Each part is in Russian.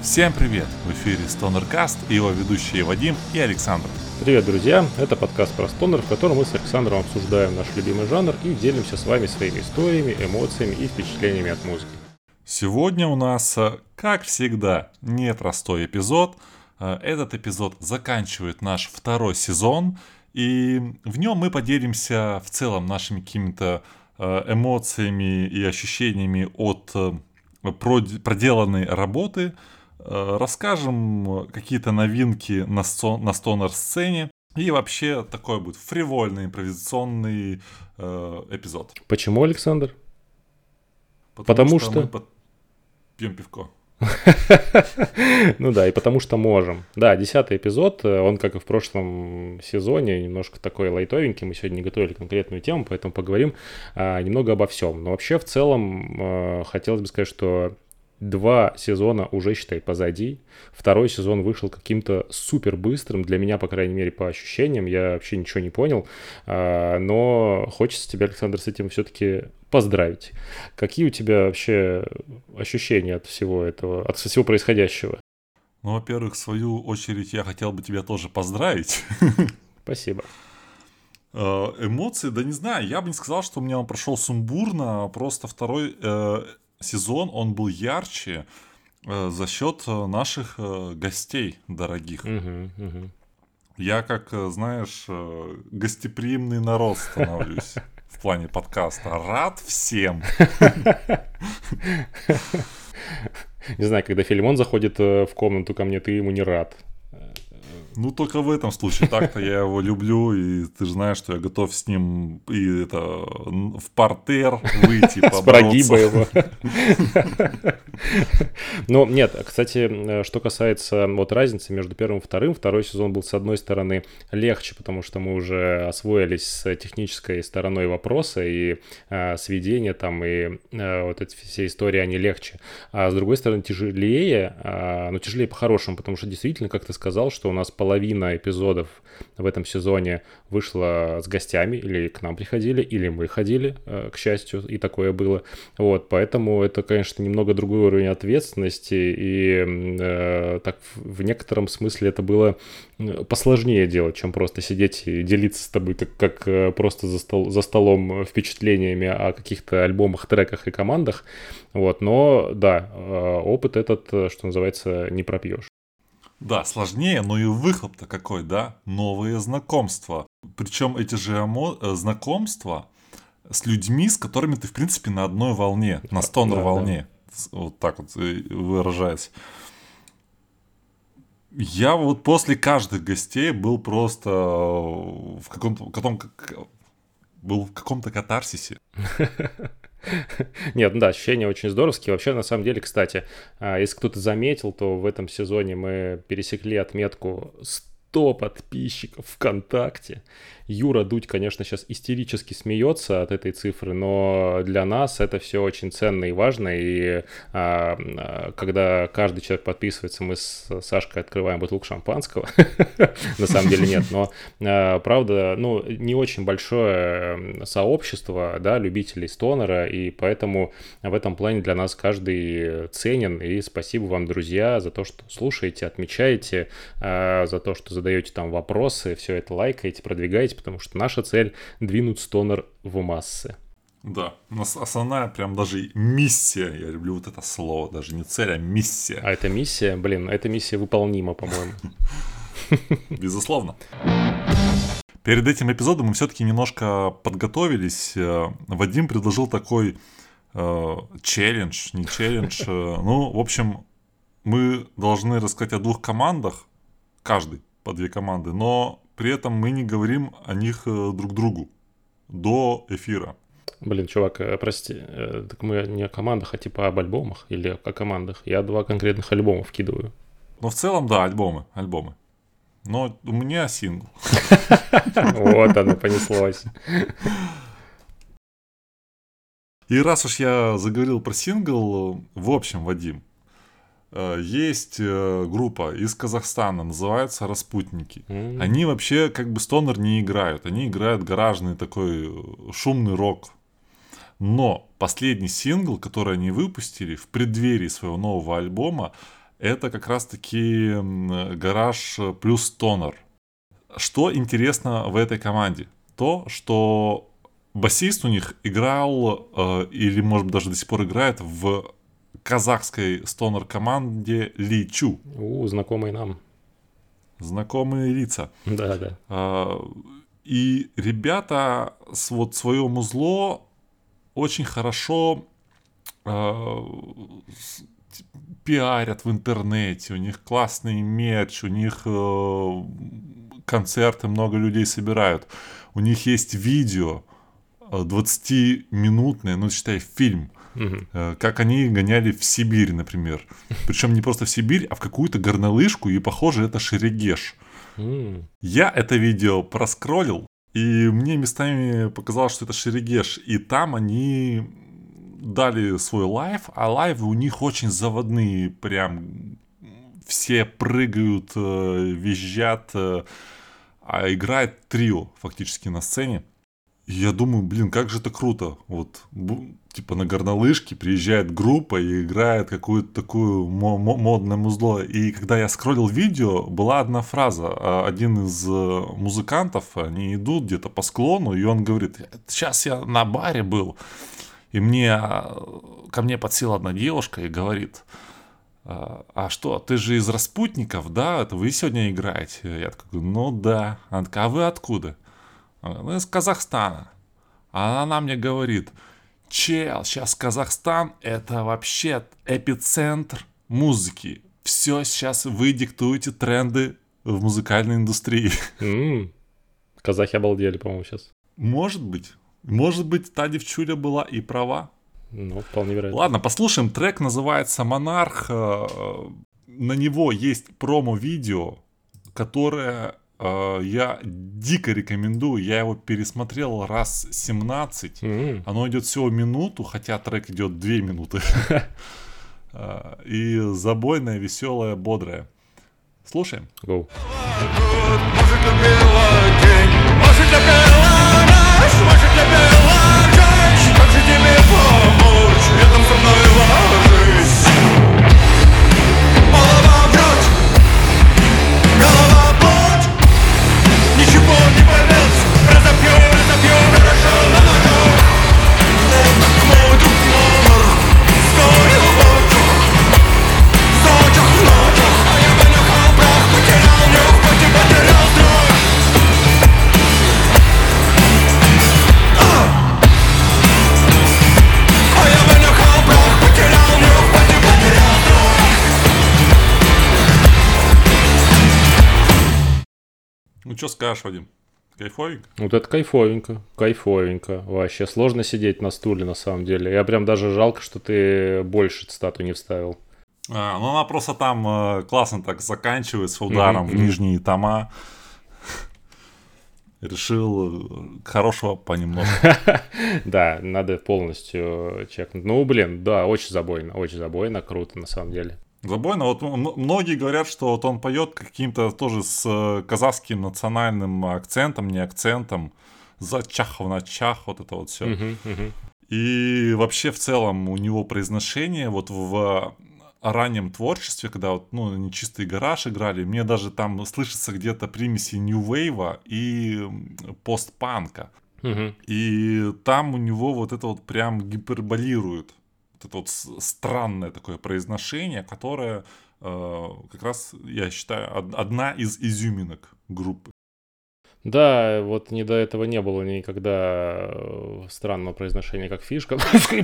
Всем привет! В эфире StonerCast и его ведущие Вадим и Александр. Привет, друзья! Это подкаст про стонер, в котором мы с Александром обсуждаем наш любимый жанр и делимся с вами своими историями, эмоциями и впечатлениями от музыки. Сегодня у нас, как всегда, непростой эпизод. Этот эпизод заканчивает наш второй сезон, и в нем мы поделимся в целом нашими какими-то эмоциями и ощущениями от проделанной работы. Расскажем какие-то новинки на стонер-сцене. И вообще такой будет фривольный импровизационный эпизод. Почему, Александр? Потому что мы пьем пивко. Ну да, и потому что можем. Да, 10-й эпизод, он, как и в прошлом сезоне, немножко такой лайтовенький. Мы сегодня не готовили конкретную тему, поэтому поговорим немного обо всем. Но вообще, в целом, хотелось бы сказать, что 2 сезона уже, считай, позади. Второй сезон вышел каким-то супер быстрым. Для меня, по крайней мере, по ощущениям. Я вообще ничего не понял. Но хочется тебя, Александр, с этим все-таки поздравить. Какие у тебя вообще ощущения от всего этого, от всего происходящего? Ну, во-первых, в свою очередь, я хотел бы тебя тоже поздравить. Спасибо. Эмоции, да не знаю, я бы не сказал, что у меня он прошел сумбурно. Просто второй сезон, он был ярче за счет наших гостей дорогих. Я, как, знаешь, гостеприимный народ становлюсь в плане подкаста. Рад всем. Не знаю, когда Филимон заходит в комнату ко мне, ты ему не рад. Ну, только в этом случае. Так-то я его люблю, и ты же знаешь, что я готов с ним и это в партер выйти, побороться. С прогиба его. Ну, нет, кстати, что касается вот разницы между первым и вторым, второй сезон был, с одной стороны, легче, потому что мы уже освоились с технической стороной вопроса, и сведения там, и вот эти все истории, они легче. А с другой стороны, тяжелее, но тяжелее по-хорошему, потому что действительно, как ты сказал, что у нас половина эпизодов в этом сезоне вышла с гостями, или к нам приходили, или мы ходили, к счастью, и такое было. Вот, поэтому это, конечно, немного другой уровень ответственности, и так в некотором смысле это было посложнее делать, чем просто сидеть и делиться с тобой как просто за столом впечатлениями о каких-то альбомах, треках и командах. Вот, но да, опыт этот, что называется, не пропьешь. Да, сложнее, но и выхлоп-то какой, да? Новые знакомства. Причем эти же знакомства с людьми, с которыми ты, в принципе, на одной волне, на стонер-волне. Да. Вот так вот выражаясь. Я вот после каждых гостей был просто в каком-то катарсисе. Нет, ну да, ощущения очень здоровские. Вообще, на самом деле, кстати, если кто-то заметил, то в этом сезоне мы пересекли отметку 100 подписчиков ВКонтакте. Юра Дудь, конечно, сейчас истерически смеется от этой цифры, но для нас это все очень ценно и важно. И когда каждый человек подписывается, мы с Сашкой открываем бутылку шампанского. На самом деле нет, но правда, ну, не очень большое сообщество, да, любителей стонера, и поэтому в этом плане для нас каждый ценен. И спасибо вам, друзья, за то, что слушаете, отмечаете, за то, что задаете там вопросы, все это лайкаете, продвигаете, потому что наша цель — двинуть стонер в массы. Да, у нас основная прям даже миссия, я люблю вот это слово, даже не цель, а миссия. А эта миссия, эта миссия выполнима, по-моему. Безусловно. Перед этим эпизодом мы все-таки немножко подготовились. Вадим предложил такой челлендж, не челлендж. Ну, в общем, мы должны рассказать о 2 командах, каждый по 2 команды, но при этом мы не говорим о них друг другу до эфира. Блин, чувак, прости, так мы не о командах, а типа об альбомах или о командах? Я 2 конкретных альбома вкидываю. Ну, в целом, да, альбомы. Но у меня сингл. Вот оно, понеслось. И раз уж я заговорил про сингл, в общем, Вадим, есть группа из Казахстана, называется «Распутники». Они вообще как бы стонер не играют, они играют гаражный такой шумный рок. Но последний сингл, который они выпустили в преддверии своего нового альбома, это как раз-таки гараж плюс тонер. Что интересно в этой команде? То, что басист у них играл, или, может быть, даже до сих пор играет в казахской стонер-команде Ли Чу. Знакомый нам. Знакомые лица. Да. И ребята свое музло очень хорошо пиарят в интернете, у них классный мерч, у них концерты, много людей собирают. У них есть видео 20-минутное, ну, считай, фильм, как они гоняли в Сибирь, например. Причем не просто в Сибирь, а в какую-то горнолыжку, и, похоже, это Шерегеш. Я это видео проскроллил, и мне местами показалось, что это Шерегеш. И там они дали свой лайв, а лайвы у них очень заводные, прям все прыгают, визжат, а играет трио фактически на сцене. И я думаю, блин, как же это круто. Вот, типа на горнолыжке приезжает группа и играет какую-то такую модное музло. И когда я скроллил видео, была одна фраза. Один из музыкантов, они идут где-то по склону, и он говорит: сейчас я на баре был, и ко мне подсела одна девушка и говорит: а что, ты же из Распутников, да? Это вы сегодня играете? Я такой: ну да. Она такая: а вы откуда? Ну, из Казахстана. А она мне говорит: чел, сейчас Казахстан — это вообще эпицентр музыки. Все сейчас вы диктуете тренды в музыкальной индустрии. Казахи обалдели, по-моему, сейчас. Может быть. Может быть, та девчуля была и права. Ну, вполне вероятно. Ладно, послушаем. Трек называется «Монарх». На него есть промо-видео, которое я дико рекомендую. Я его пересмотрел раз 17. Оно идет всего минуту, хотя трек идет 2 минуты. И забойное, веселое, бодрое. Слушаем. Go. Как же тебе помочь? Рядом со мной ложись. Голова брать, голова плоть. Ничего не поймет. Разопью, хорошо наложу. Мой друг монарх, скорил воздух. В сотях ночах, а я вынюхал прах. Потерял нюх, потерял страх. Ну, что скажешь, Вадим? Кайфовенько? Вот это кайфовенько. Вообще сложно сидеть на стуле, на самом деле. Я прям даже жалко, что ты больше цитату не вставил. Ну, она просто там классно так заканчивается ударом в нижние тома. Решил хорошего понемногу. Да, надо полностью чекнуть. Ну, блин, да, очень забойно, круто на самом деле. Забойно. Вот многие говорят, что вот он поет каким-то тоже с казахским национальным акцентом, не акцентом. За чахов на чах, вот это вот все. И вообще в целом у него произношение вот в раннем творчестве, когда вот, ну, они чистый гараж играли, мне даже там слышится где-то примеси нью-вейва и постпанка. И там у него вот это вот прям гиперболирует. Вот это вот странное такое произношение, которое как раз, я считаю, одна из изюминок группы. Да, вот не до этого не было никогда странного произношения, как фишка.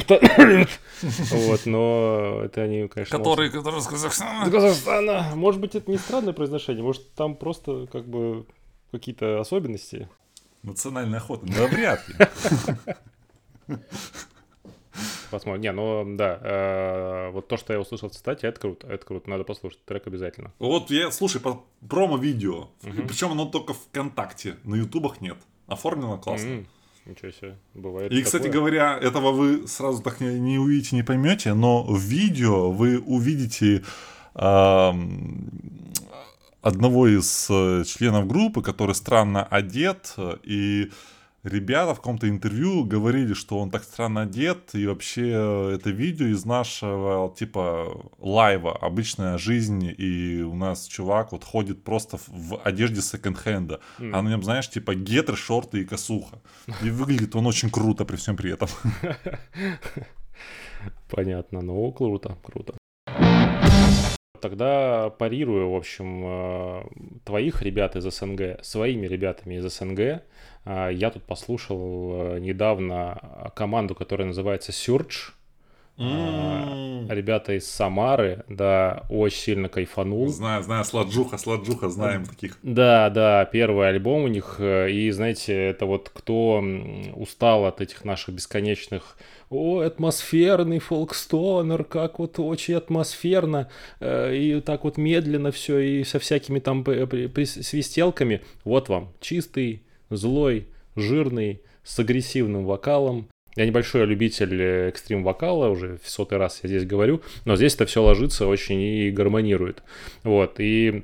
Вот, но это они, конечно... Которые из Казахстана. Из Казахстана. Может быть, это не странное произношение, может, там просто как бы какие-то особенности. Национальная охота. Да, вряд ли. Посмотрим. Не, ну да, вот то, что я услышал в цитате, это круто, надо послушать трек обязательно. Вот я, слушай, промо-видео, причем оно только ВКонтакте, на ютубах нет, оформлено классно. Ничего себе, бывает. И, кстати говоря, этого вы сразу так не увидите, не поймете, но в видео вы увидите одного из членов группы, который странно одет, и ребята в каком-то интервью говорили, что он так странно одет, и вообще это видео из нашего, типа, лайва, обычная жизнь, и у нас чувак вот ходит просто в одежде секонд-хенда, а на нем, знаешь, типа, гетры, шорты и косуха. И выглядит он очень круто при всем при этом. Понятно, ну круто. Тогда парирую, в общем, твоих ребят из СНГ своими ребятами из СНГ. Я тут послушал недавно команду, которая называется Surge. Ребята из Самары, да, очень сильно кайфанул. Знаю, Сладжуха, знаем таких. Да, первый альбом у них, и, знаете, это вот кто устал от этих наших бесконечных атмосферный фолкстонер, как вот очень атмосферно, и так вот медленно все, и со всякими там свистелками. Вот вам, чистый, злой, жирный, с агрессивным вокалом. Я небольшой любитель экстрим-вокала, уже в 100-й раз я здесь говорю, но здесь это все ложится очень и гармонирует. Вот, и,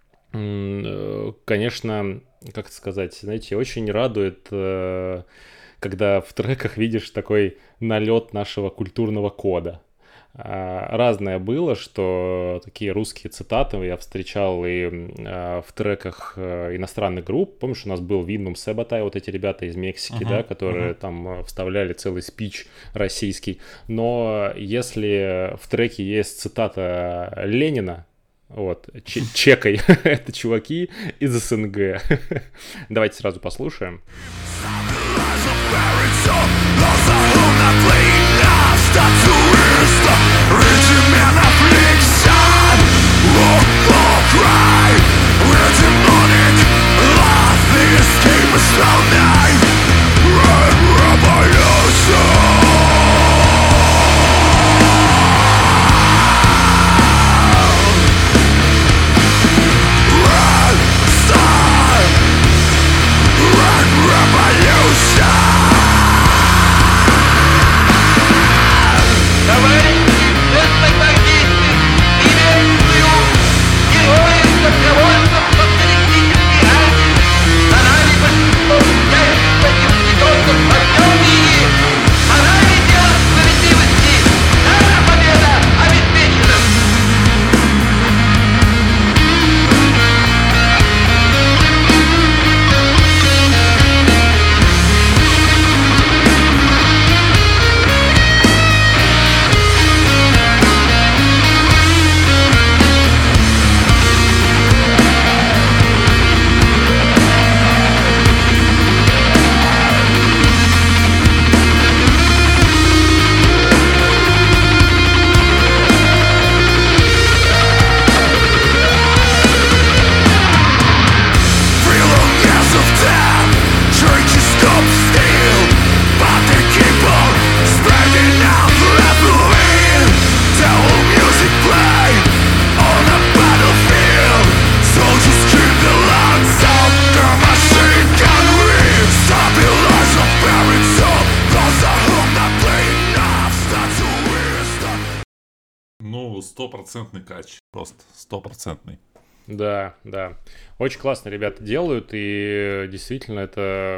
конечно, как сказать, знаете, очень радует, когда в треках видишь такой налет нашего культурного кода. Разное было, что такие русские цитаты я встречал и в треках иностранных групп. Помнишь, у нас был Виннум Себатай, вот эти ребята из Мексики, да, которые там вставляли целый спич российский. Но если в треке есть цитата Ленина, вот, чекай, это чуваки из СНГ. Давайте сразу послушаем. Стопроцентный кач, просто стопроцентный. Да. Очень классно ребята делают, и действительно это,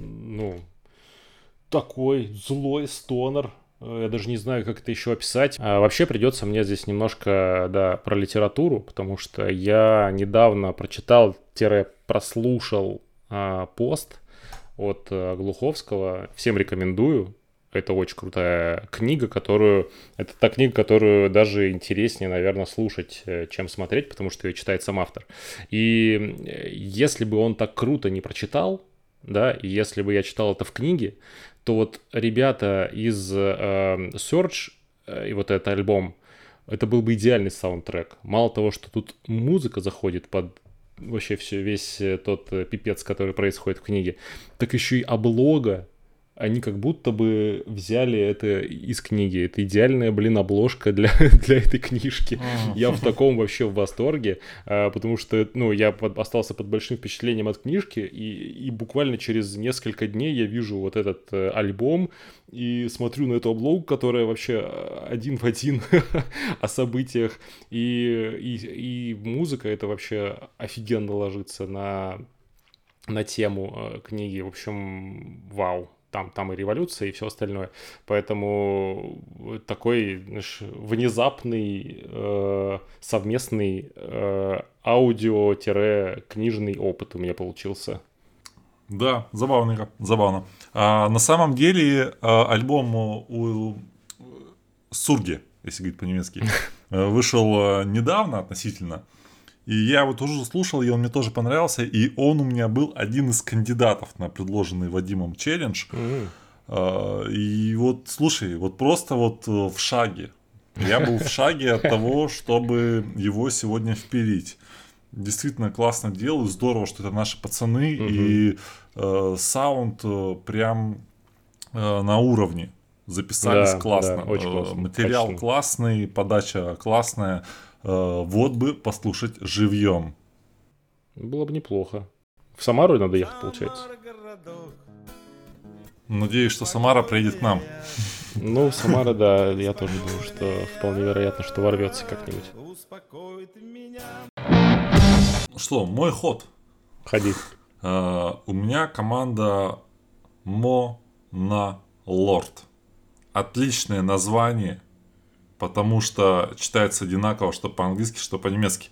такой злой стонер. Я даже не знаю, как это еще описать. Вообще придется мне здесь немножко, да, про литературу, потому что я недавно прочитал-прослушал пост от Глуховского. Всем рекомендую. Это очень крутая книга, это та книга, которую даже интереснее, наверное, слушать, чем смотреть, потому что ее читает сам автор. И если бы он так круто не прочитал, да, и если бы я читал это в книге, то вот ребята из Surge и вот этот альбом, это был бы идеальный саундтрек. Мало того, что тут музыка заходит под вообще весь тот пипец, который происходит в книге, так еще и облога. Они как будто бы взяли это из книги. Это идеальная, обложка для этой книжки. Я в таком вообще в восторге, потому что, я остался под большим впечатлением от книжки, и буквально через несколько дней я вижу вот этот альбом и смотрю на эту обложку, которая вообще один в один о событиях. И музыка это вообще офигенно ложится на на тему книги. В общем, вау. Там и революция, и все остальное. Поэтому такой, знаешь, внезапный совместный аудио-книжный опыт у меня получился. Да, забавно. На самом деле альбом у Сурги, если говорить по-немецки, вышел недавно относительно. И я его тоже слушал, и он мне тоже понравился. И он у меня был один из кандидатов на предложенный Вадимом челлендж. И вот, слушай, вот просто вот в шаге. Я был в шаге от того, чтобы его сегодня впилить. Действительно классно делают, здорово, что это наши пацаны. И саунд прям на уровне. Записались классно. Да, очень классно. Материал качественно. классный, подача классная. Вот бы послушать живьем. Было бы неплохо. В Самару надо ехать, получается. Надеюсь, что Самара приедет к нам. Ну, Самара, да, я тоже думаю, что вполне вероятно, что ворвется как-нибудь. Что, мой ход. Ходи. У меня команда Монолорд. Отличное название, потому что читается одинаково, что по-английски, что по-немецки.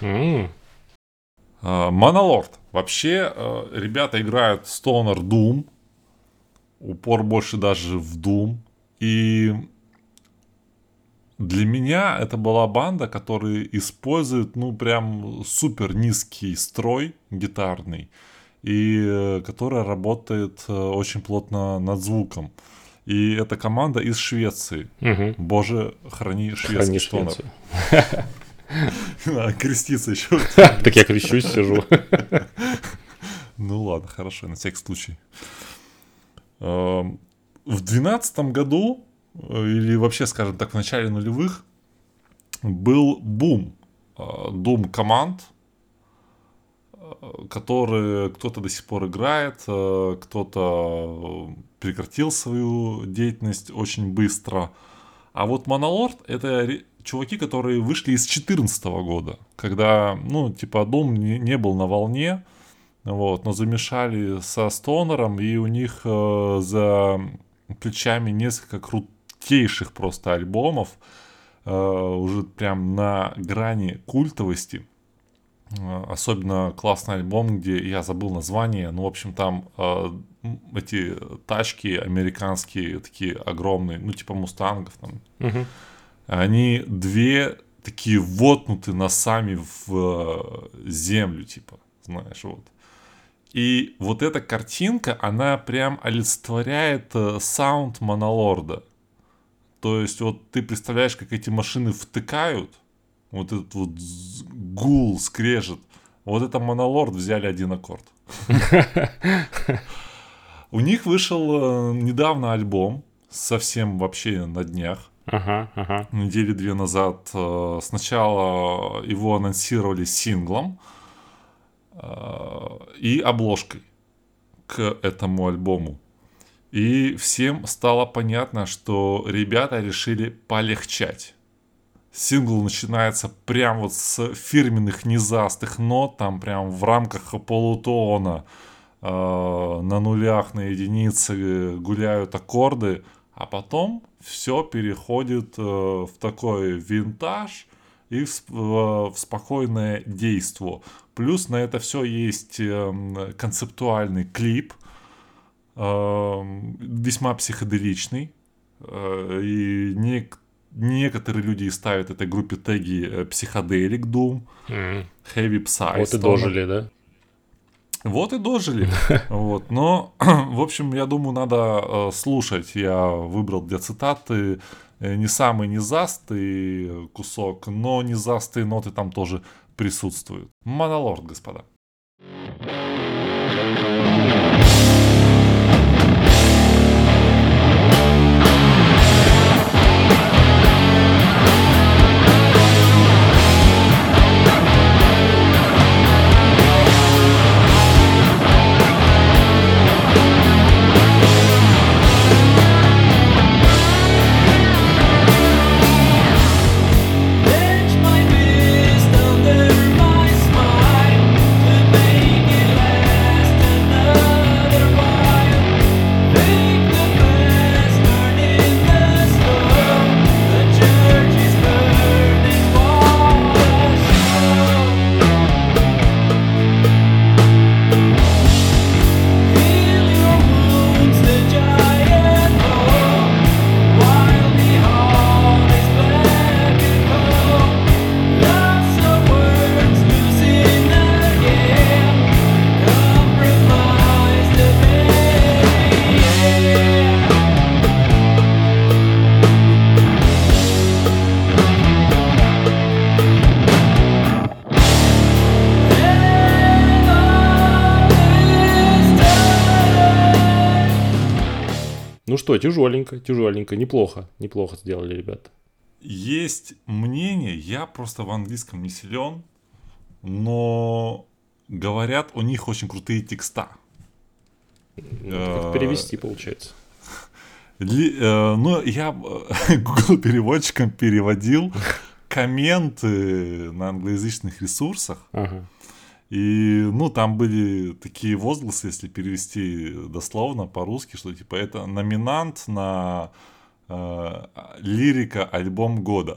Монолорд. Вообще, ребята играют Stoner Doom. Упор больше даже в Doom. И для меня это была банда, которая использует, ну, прям супер низкий строй гитарный. И которая работает очень плотно над звуком. И эта команда из Швеции. Боже, храни шведский стонер. Креститься еще. Так я крещусь, сижу. Ну ладно, хорошо, на всякий случай. В 2012 году, или вообще, скажем так, в начале нулевых, был бум команд, которые кто-то до сих пор играет, кто-то прекратил свою деятельность очень быстро. А вот Монолорд — это чуваки, которые вышли из 2014 года, когда, ну, типа, Doom не был на волне, вот, но замешали со Стонером, и у них за плечами несколько крутейших просто альбомов, уже прям на грани культовости. Особенно классный альбом, где я забыл название, ну, в общем, там эти тачки американские, такие огромные, ну, типа мустангов там, они две такие воткнуты носами в землю, типа, знаешь, вот. И вот эта картинка, она прям олицетворяет саунд Монолорда. То есть вот ты представляешь, как эти машины втыкают, вот этот вот гул, скрежет. Вот это Монолорд взяли один аккорд. У них вышел недавно альбом, совсем вообще на днях. Недели 2 назад. Сначала его анонсировали синглом и обложкой к этому альбому. И всем стало понятно, что ребята решили полегчать. Сингл начинается прям вот с фирменных низастых нот, там прям в рамках полутона, на нулях, на единице гуляют аккорды, а потом все переходит в такой винтаж и в спокойное действо. Плюс на это все есть концептуальный клип, весьма психоделичный, и некоторые люди ставят этой группе теги психоделик Doom, Heavy Psy. Вот и дожили, да? Вот и дожили. Вот. Но, в общем, я думаю, надо слушать. Я выбрал для цитаты не самый низастый кусок, но низастые ноты там тоже присутствуют. Монолорд, господа. My wisdom, my smile, to make it last. Ну что, тяжеленько, неплохо сделали ребята. Есть мнение, я просто в английском не силен, но говорят, у них очень крутые текста. Как перевести, получается? Ну, я Google переводчиком переводил комменты на англоязычных ресурсах. Ага. И, ну, там были такие возгласы, если перевести дословно по-русски, что, типа, это номинант на лирика альбом года.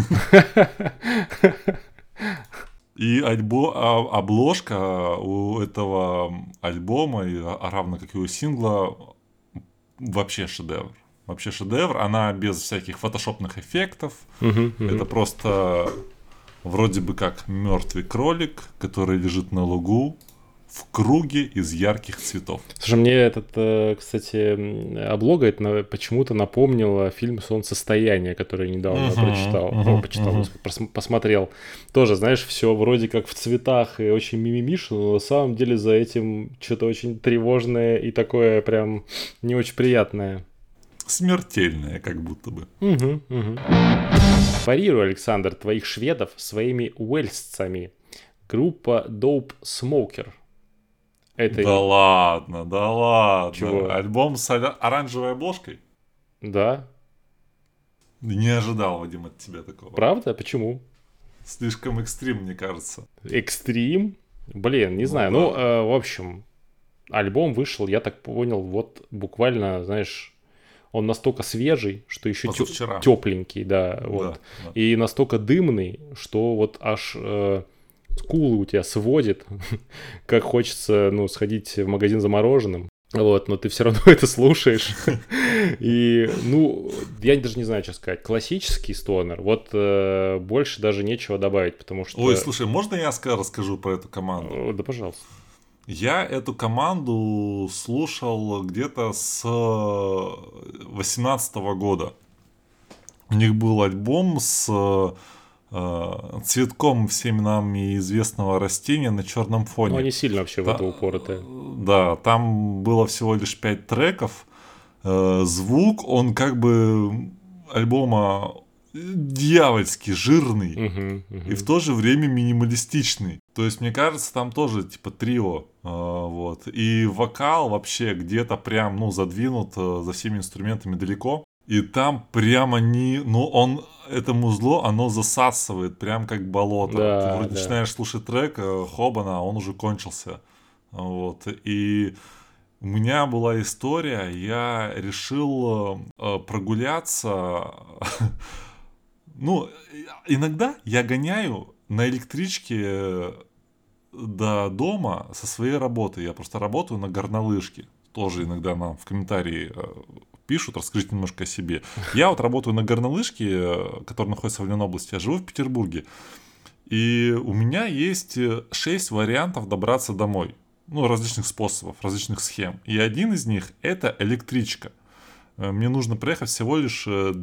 И обложка у этого альбома, равно как и у сингла, вообще шедевр. Вообще шедевр. Она без всяких фотошопных эффектов. Это просто вроде бы как мертвый кролик, который лежит на лугу в круге из ярких цветов. Слушай, мне этот, кстати, облога это почему-то напомнила фильм «Солнцестояние», который я недавно посмотрел. Тоже, знаешь, все вроде как в цветах и очень мимимишно, но на самом деле за этим что-то очень тревожное и такое прям не очень приятное. Смертельное, как будто бы. Парирую, Александр, твоих шведов своими уэльсцами. Группа Dope Smoker. Это... Да ладно. Чего? Альбом с оранжевой обложкой? Да. Не ожидал, Вадим, от тебя такого. Правда? Почему? Слишком экстрим, мне кажется. Экстрим? Блин, не знаю. Да. Ну, в общем, альбом вышел, я так понял, вот буквально, знаешь, он настолько свежий, что еще тепленький, да, вот. Да. И настолько дымный, что вот аж скулы у тебя сводит, как хочется, ну, сходить в магазин за мороженым. Вот, но ты все равно это слушаешь. И, ну, я даже не знаю, что сказать. Классический стонер. Вот больше даже нечего добавить, потому что... Ой, слушай, можно я расскажу про эту команду? Да, пожалуйста. Я эту команду слушал где-то с 2018 года. У них был альбом с цветком всем нам известного растения на черном фоне. Ну, они сильно вообще в это упоротые. Да, там было всего лишь 5 треков. Звук, он как бы альбома дьявольски жирный и в то же время минималистичный. То есть, мне кажется, там тоже типа трио. Вот. И вокал вообще где-то прям, ну, задвинут за всеми инструментами далеко. И там прямо это музло, оно засасывает, прям как болото. Да, Ты вроде начинаешь слушать трек, хобана, а он уже кончился. Вот. И у меня была история, я решил прогуляться. Ну, иногда я гоняю на электричке до дома со своей работы. Я просто работаю на горнолыжке. Тоже иногда нам в комментарии пишут, расскажите немножко о себе. Я вот работаю на горнолыжке, которая находится в Ленобласти, я живу в Петербурге. И у меня есть 6 вариантов добраться домой. Ну, различных способов, различных схем. И один из них – это электричка. Мне нужно проехать всего лишь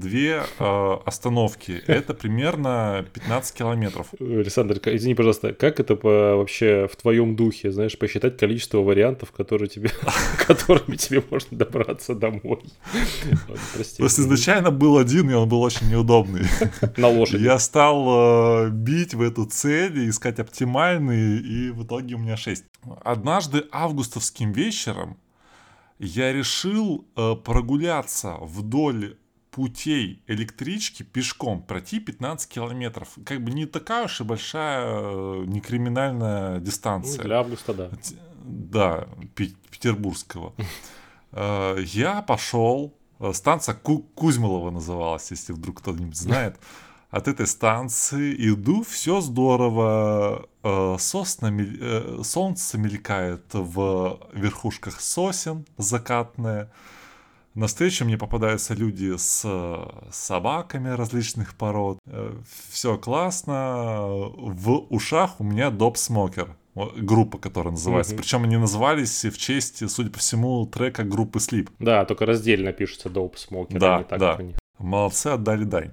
2 остановки. Это примерно 15 километров. Александр, извини, пожалуйста, как это вообще в твоем духе, знаешь, посчитать количество вариантов, которыми тебе можно добраться домой? Прости. Просто изначально был один, и он был очень неудобный. На лошади. Я стал бить в эту цель, искать оптимальный, и в итоге у меня 6. Однажды августовским вечером я решил прогуляться вдоль путей электрички пешком, пройти 15 километров. Как бы не такая уж и большая, не криминальная дистанция. Ну, для августа, да. Да, петербургского. Я пошел, станция Кузьмолова называлась, если вдруг кто-нибудь знает. От этой станции иду, все здорово, солнце мелькает в верхушках сосен закатное. Навстречу мне попадаются люди с собаками различных пород. Все классно. В ушах у меня Dope Smoker, группа, которая называется. Причем они назывались в честь, судя по всему, трека группы Sleep. Да, только раздельно пишется Dope Smoker. Да, да. Молодцы, отдали дань.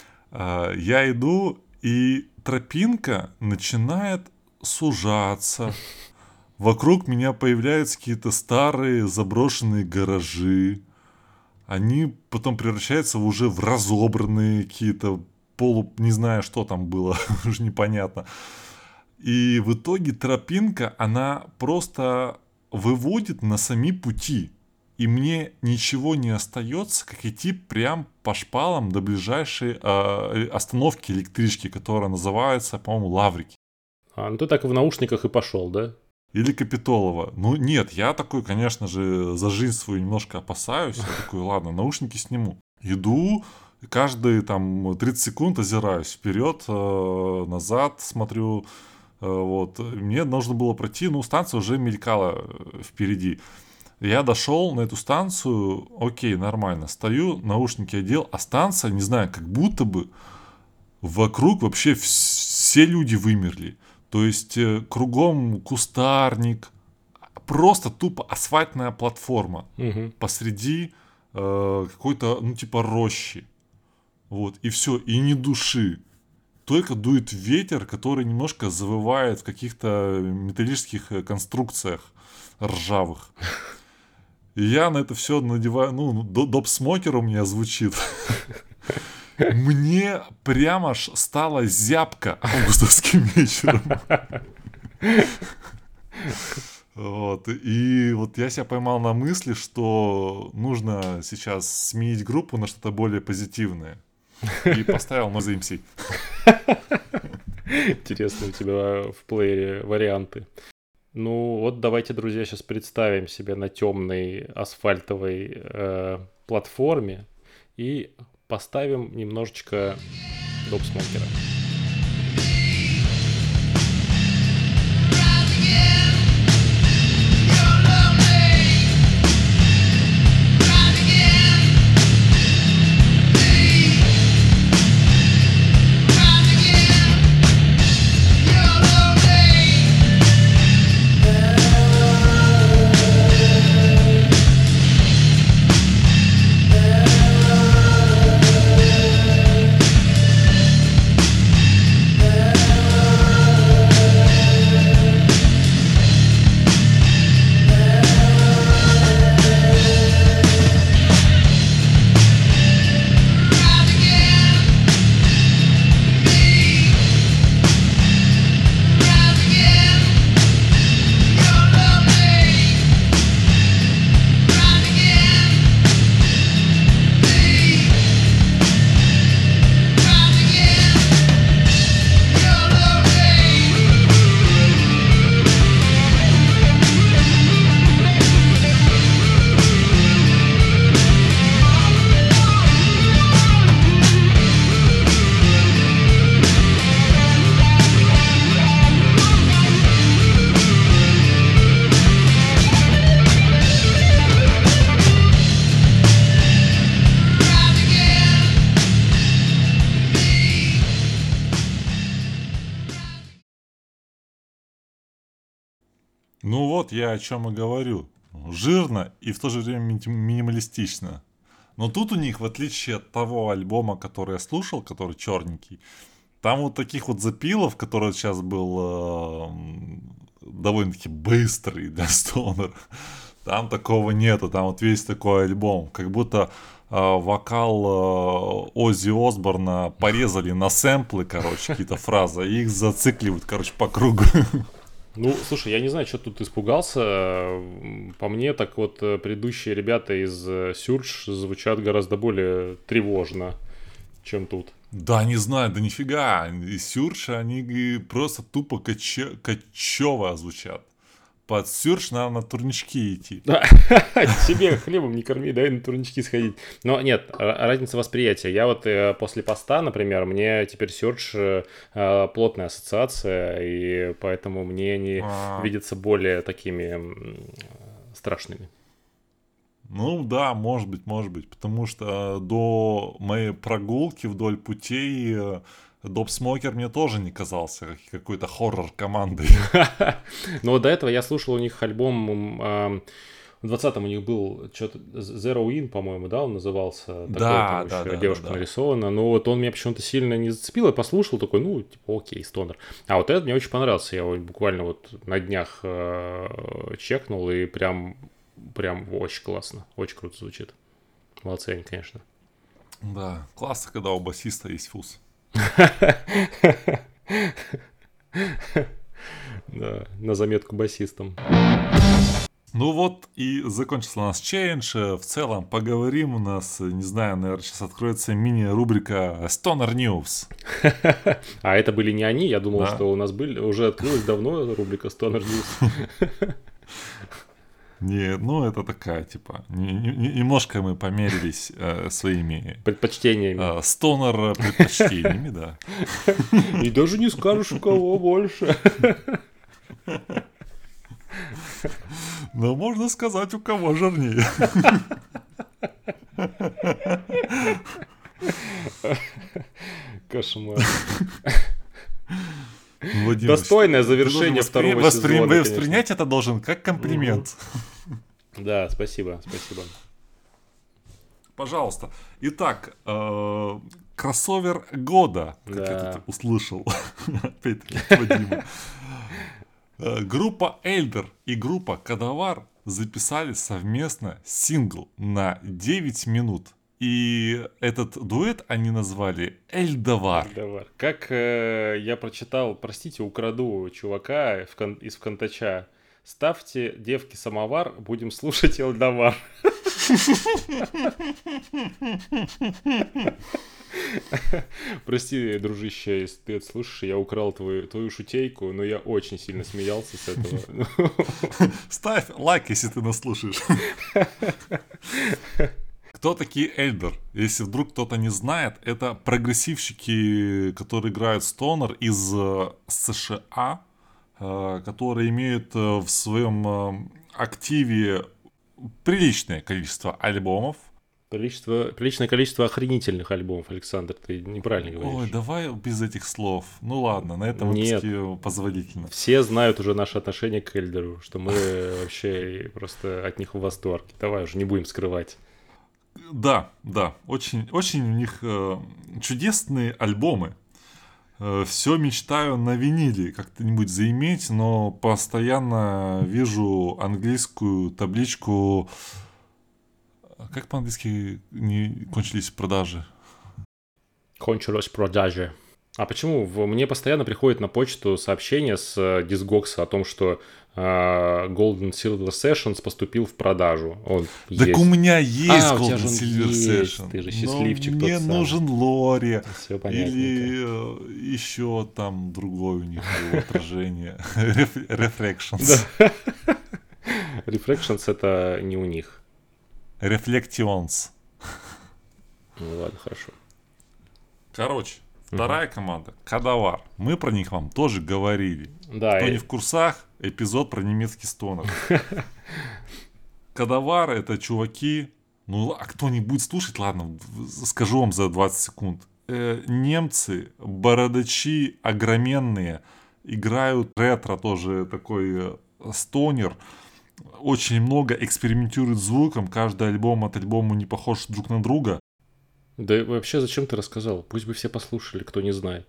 Я иду, и тропинка начинает сужаться. Вокруг меня появляются какие-то старые заброшенные гаражи. они потом превращаются уже в разобранные какие-то не знаю, что там было, уже непонятно. И в итоге тропинка, она просто выводит на сами пути. И мне ничего не остается, как идти прям по шпалам до ближайшей остановки электрички, которая называется, по-моему, Лаврики. Ну ты так в наушниках и пошел, да? Или Капитолова. Ну нет, я такой, конечно же, за жизнь свою немножко опасаюсь. Я такой, ладно, наушники сниму. Иду, каждые там 30 секунд озираюсь вперед, назад смотрю. Вот. Мне нужно было пройти, станция уже мелькала впереди. Я дошел на эту станцию, окей, нормально. Стою, наушники одел, а станция, не знаю, как будто бы вокруг вообще все люди вымерли. То есть кругом кустарник, просто тупо асфальтная платформа посреди какой-то, типа рощи. Вот, и все, и ни души. Только дует ветер, который немножко завывает в каких-то металлических конструкциях ржавых. И я на это все надеваю, доп-смокер у меня звучит. Мне прямо аж стало зябко августовским вечером. Вот. И вот я себя поймал на мысли, что нужно сейчас сменить группу на что-то более позитивное. И поставил Noise MC. Интересно у тебя в плеере варианты. Ну вот давайте, друзья, сейчас представим себя на темной асфальтовой платформе и поставим немножечко доп-смокера. Ну вот, я о чем и говорю. Жирно и в то же время минималистично. Но тут у них, в отличие от того альбома, который я слушал, который черненький, там вот таких вот запилов, который сейчас был довольно-таки быстрый для стонера, там такого нету. Там вот весь такой альбом. Как будто вокал Оззи Осборна порезали на сэмплы, короче, какие-то фразы, и их зацикливают, короче, по кругу. Ну, слушай, я не знаю, что тут испугался. По мне, так вот, предыдущие ребята из Surge звучат гораздо более тревожно, чем тут. Да, не знаю, да нифига. Из Surge они просто тупо кочево звучат. Под Surge надо на турнички идти. Себе хлебом не корми, дай на турнички сходить. Но нет, разница восприятия. Я вот после поста, например, мне теперь Surge плотная ассоциация, и поэтому мне они видятся более такими страшными. Ну да, может быть, потому что до моей прогулки вдоль путей Доп-смокер мне тоже не казался какой-то хоррор-командой. Но вот до этого я слушал у них альбом, в 20-м у них был что-то Zero In, по-моему, да, он назывался. Да, такой, да, девушка да. нарисована. Но вот он меня почему-то сильно не зацепил. Я послушал, такой, ну, типа, окей, стонер. А вот этот мне очень понравился. Я его буквально вот на днях чекнул, и прям очень классно. Очень круто звучит. Молодцы они, конечно. Да, классно, когда у басиста есть фуз. Да, на заметку басистам. Ну вот и закончился у нас челлендж. В целом поговорим. У нас, не знаю, наверное, сейчас откроется мини-рубрика Stoner News. А это были не они, я думал, Да. что у нас были, уже открылась давно рубрика Stoner News. Не, ну это такая, типа, немножко мы померились своими Предпочтениями. стонер предпочтениями, да. И даже не скажешь, у кого больше. Но можно сказать, у кого жирнее. Кошмар. Владимир, Достойное ты должен завершение второго сезона, конечно. воспринять это должен как комплимент. Да, спасибо. Пожалуйста. Итак, кроссовер года, как Да. я тут услышал. Опять-таки, от Вадима. Группа Эльдер и группа Кадавар записали совместно сингл на 9 минут. И этот дуэт они назвали Эльдавар. Давай. Как я прочитал, простите, украду чувака из Вконтача. Ставьте, девки, самовар, будем слушать Эльдавар. Прости, дружище, если ты это слушаешь, я украл твою шутейку, но я очень сильно смеялся с этого. Ставь лайк, если ты нас слушаешь. Кто такие Эльдер? Если вдруг кто-то не знает, это прогрессивщики, которые играют стонер из США, которые имеют в своем активе приличное количество альбомов. Приличное количество охренительных альбомов, Александр, ты неправильно говоришь. Ой, давай без этих слов. Ну ладно, на этом выпуске позволительно. Все знают уже наше отношение к Эльдеру, что мы вообще просто от них в восторге. Давай уже не будем скрывать. Да, очень, очень у них чудесные альбомы. Все мечтаю на виниле как-нибудь заиметь, но постоянно вижу английскую табличку. Как по-английски не кончились продажи? Кончились продажи. А почему? Мне постоянно приходит на почту сообщение с Дисгокса о том, что Golden Silver Sessions поступил в продажу. Он Так есть. у меня есть у тебя Golden же он Silver есть, Session. ты же но счастливчик тот мне самый. нужен Лори. Все понятненько. Или еще там другое у них было отражение. Reflections. Reflections это не у них. Reflections. Ну ладно, хорошо. Короче, вторая команда Кадавар. Мы про них вам тоже говорили. Да, Кто не в курсах, эпизод про немецкий стонер. Кадавар — это чуваки. Ну, а кто не будет слушать, ладно, скажу вам за 20 секунд. Немцы, бородачи огроменные, играют ретро тоже такой стонер. Очень много экспериментируют звуком. Каждый альбом от альбома не похож друг на друга. Да и вообще зачем ты рассказал? Пусть бы все послушали, кто не знает.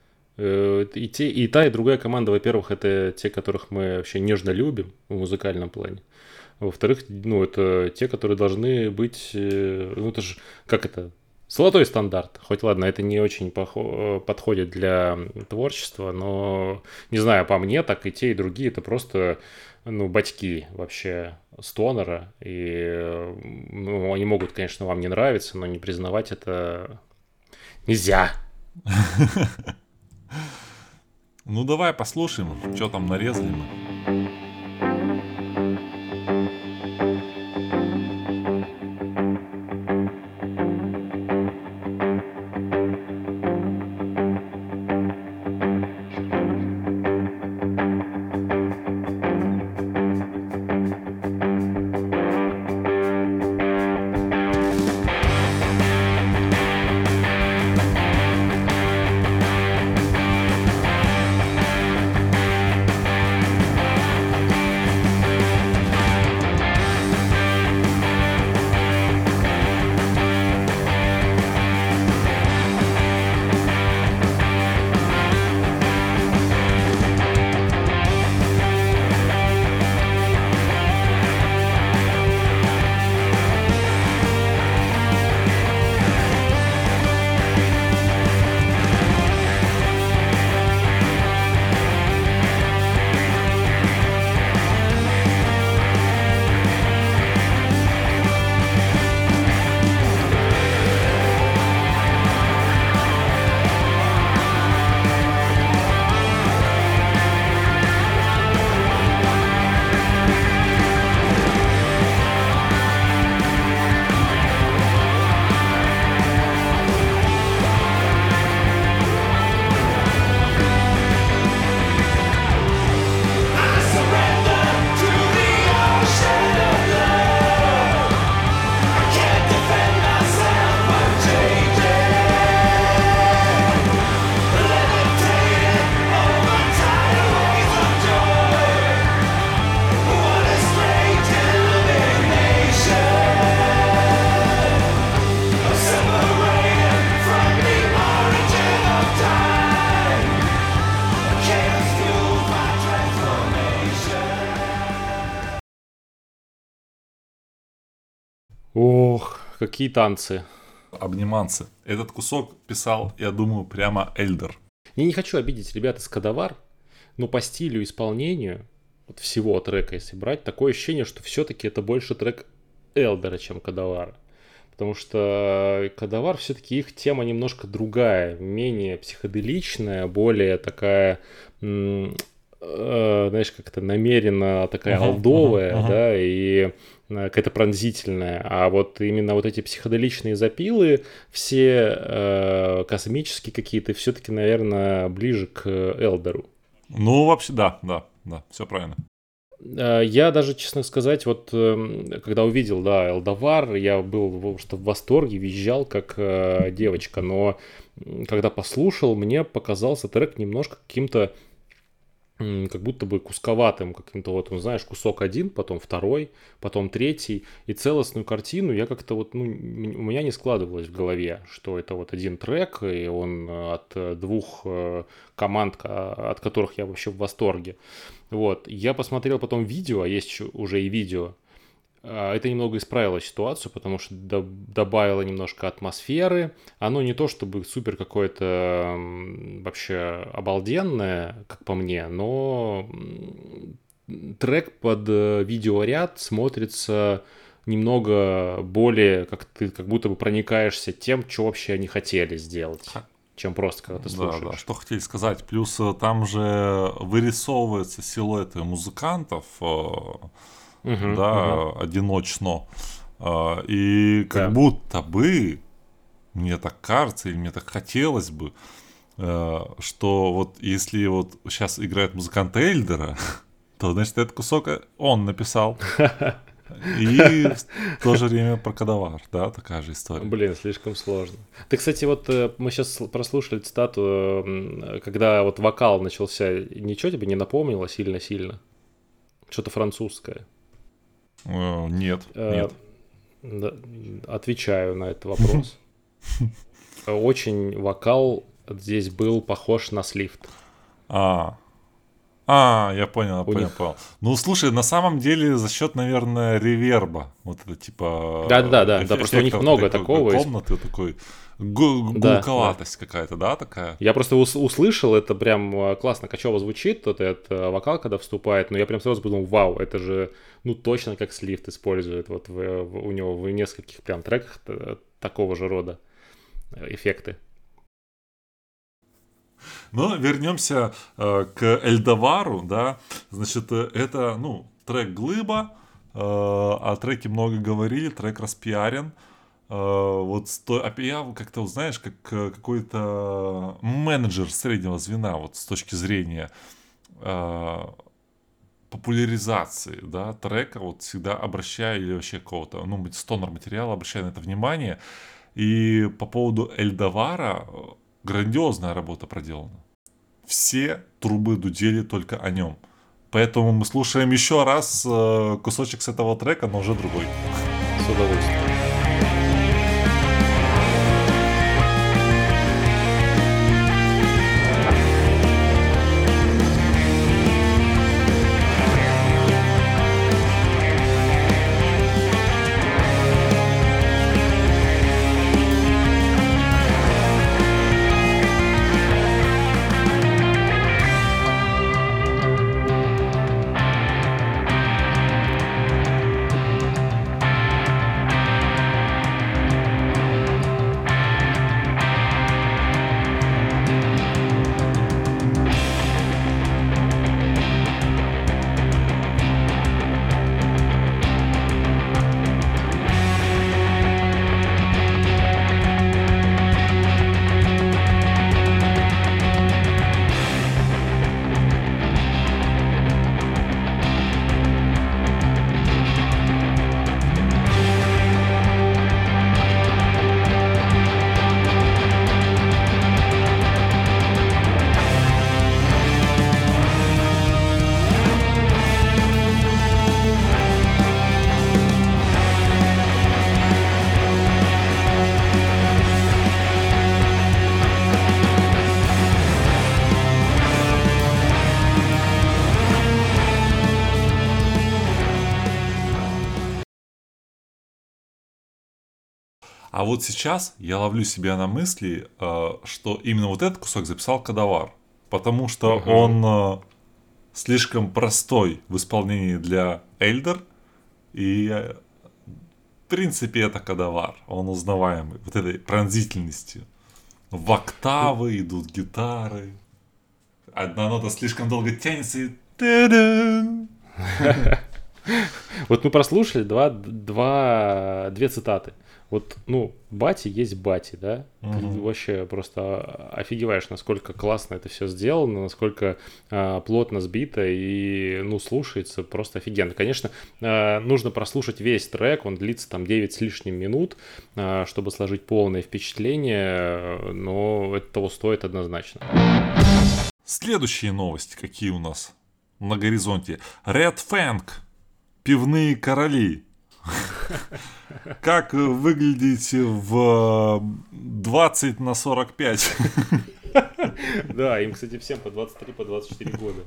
И та, и другая команда, во-первых, это те, которых мы вообще нежно любим в музыкальном плане. Во-вторых, ну, это те, которые должны быть, ну, это же, как это, золотой стандарт. Хоть ладно, это не очень подходит для творчества, но, не знаю, по мне, так и те, и другие, это просто, ну, батьки вообще стонера. И, ну, они могут, конечно, вам не нравиться, но не признавать это нельзя. Ну, давай послушаем, что там нарезали мы. Ох, какие танцы. Обниманцы. Этот кусок писал, я думаю, прямо Эльдер. Я не хочу обидеть ребят из Кодовар, но по стилю исполнению вот всего трека, если брать, такое ощущение, что все-таки это больше трек Элдера, чем Кодовара. Потому что Кодовар все-таки их тема немножко другая, менее психоделичная, более такая, знаешь, как-то намеренно такая олдовая, да, и какая-то пронзительная. А вот именно вот эти психоделичные запилы, все космические какие-то, все-таки, наверное, ближе к Элдеру. Ну, вообще, да, все правильно. Я даже, честно сказать, вот когда увидел, да, Элдовар, я был просто в восторге, визжал как девочка, но когда послушал, мне показался трек немножко каким-то, как будто бы кусковатым, каким-то вот, ну, знаешь, кусок один, потом второй, потом третий, и целостную картину я как-то вот, ну, у меня не складывалось в голове, что это вот один трек, и он от двух команд, от которых я вообще в восторге. Вот, я посмотрел потом видео, а есть уже и видео, это немного исправило ситуацию, потому что добавило немножко атмосферы. Оно не то чтобы супер какое-то вообще обалденное, как по мне, но трек под видеоряд смотрится немного более, как будто бы проникаешься тем, что вообще они хотели сделать, чем просто когда ты слушаешь. Да, что хотели сказать. Плюс там же вырисовываются силуэты музыкантов, одиночно. И как будто бы, мне так кажется, или мне так хотелось бы, что вот если вот сейчас играет музыкант Эльдера, то, значит, этот кусок он написал. И в то же время про Кодовар, да, такая же история. Блин, слишком сложно. Ты, кстати, вот мы сейчас прослушали цитату, когда вот вокал начался, ничего тебе не напомнило сильно-сильно? Что-то французское? Нет. Отвечаю на этот вопрос. Очень вокал здесь был похож на слифт. Я понял. Ну, слушай, на самом деле за счет, наверное, реверба. Вот это типа... Да, просто у них много такого. Комнаты такой... Гулковатость какая-то, да, такая? Я просто услышал, это прям классно, качево звучит, вот этот вокал, когда вступает, но я прям сразу подумал, вау, это же, ну, точно как слифт использует, вот у него в нескольких прям треках такого же рода эффекты. Но вернемся к Эльдовару, да, значит, это, ну, трек «Глыба», о треке много говорили, трек распиарен. Вот я как-то, знаешь, как какой-то менеджер среднего звена, вот с точки зрения популяризации, да, трека, вот всегда обращаю, или вообще какого-то, ну, стонер материала, обращаю на это внимание. И по поводу Эльдовара грандиозная работа проделана. Все трубы дудели только о нем. Поэтому мы слушаем еще раз кусочек с этого трека, но уже другой. С удовольствием. А вот сейчас я ловлю себя на мысли, что именно вот этот кусок записал Кадавар. Потому что он слишком простой в исполнении для Эльдер. И в принципе это Кадавар. Он узнаваемый вот этой пронзительностью. В октавы идут гитары. Одна нота слишком долго тянется и... та-дам! Вот мы прослушали две цитаты. Вот, Бати есть Бати, да? Ты вообще просто офигеваешь, насколько классно это все сделано, насколько плотно сбито и, слушается просто офигенно. Конечно, нужно прослушать весь трек, он длится там 9 с лишним минут, чтобы сложить полное впечатление, но это того стоит однозначно. Следующие новости какие у нас на горизонте. Red Fang. Пивные короли. Как выглядеть в 20 на 45? Да, им, кстати, всем по 23, по 24 года.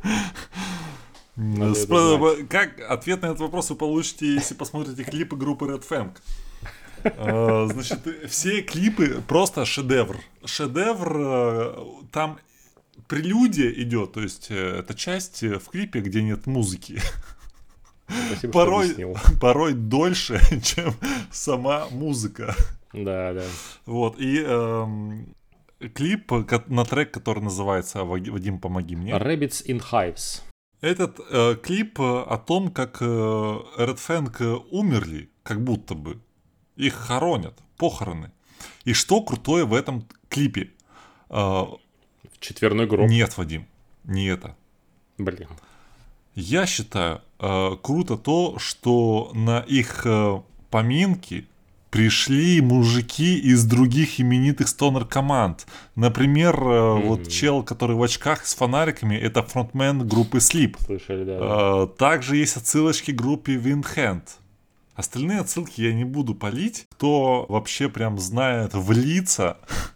Как ответ на этот вопрос вы получите, если посмотрите клипы группы Red Fang. Значит, все клипы просто шедевр. Шедевр, там прелюдия идет, то есть это часть в клипе, где нет музыки. Спасибо, порой дольше, чем сама музыка. Да. Вот, и клип на трек, который называется «Вадим, помоги мне». Rabbits in Hives. Этот клип о том, как Red Fang умерли, как будто бы. Их хоронят, похороны. И что крутое в этом клипе? Четверной гроб. Нет, Вадим, не это. Блин. Я считаю, круто то, что на их поминки пришли мужики из других именитых стонер-команд. Например, вот чел, который в очках с фонариками, это фронтмен группы Sleep. Слышали, да. Также есть отсылочки к группе Windhand. Остальные отсылки я не буду палить. Кто вообще прям знает в лица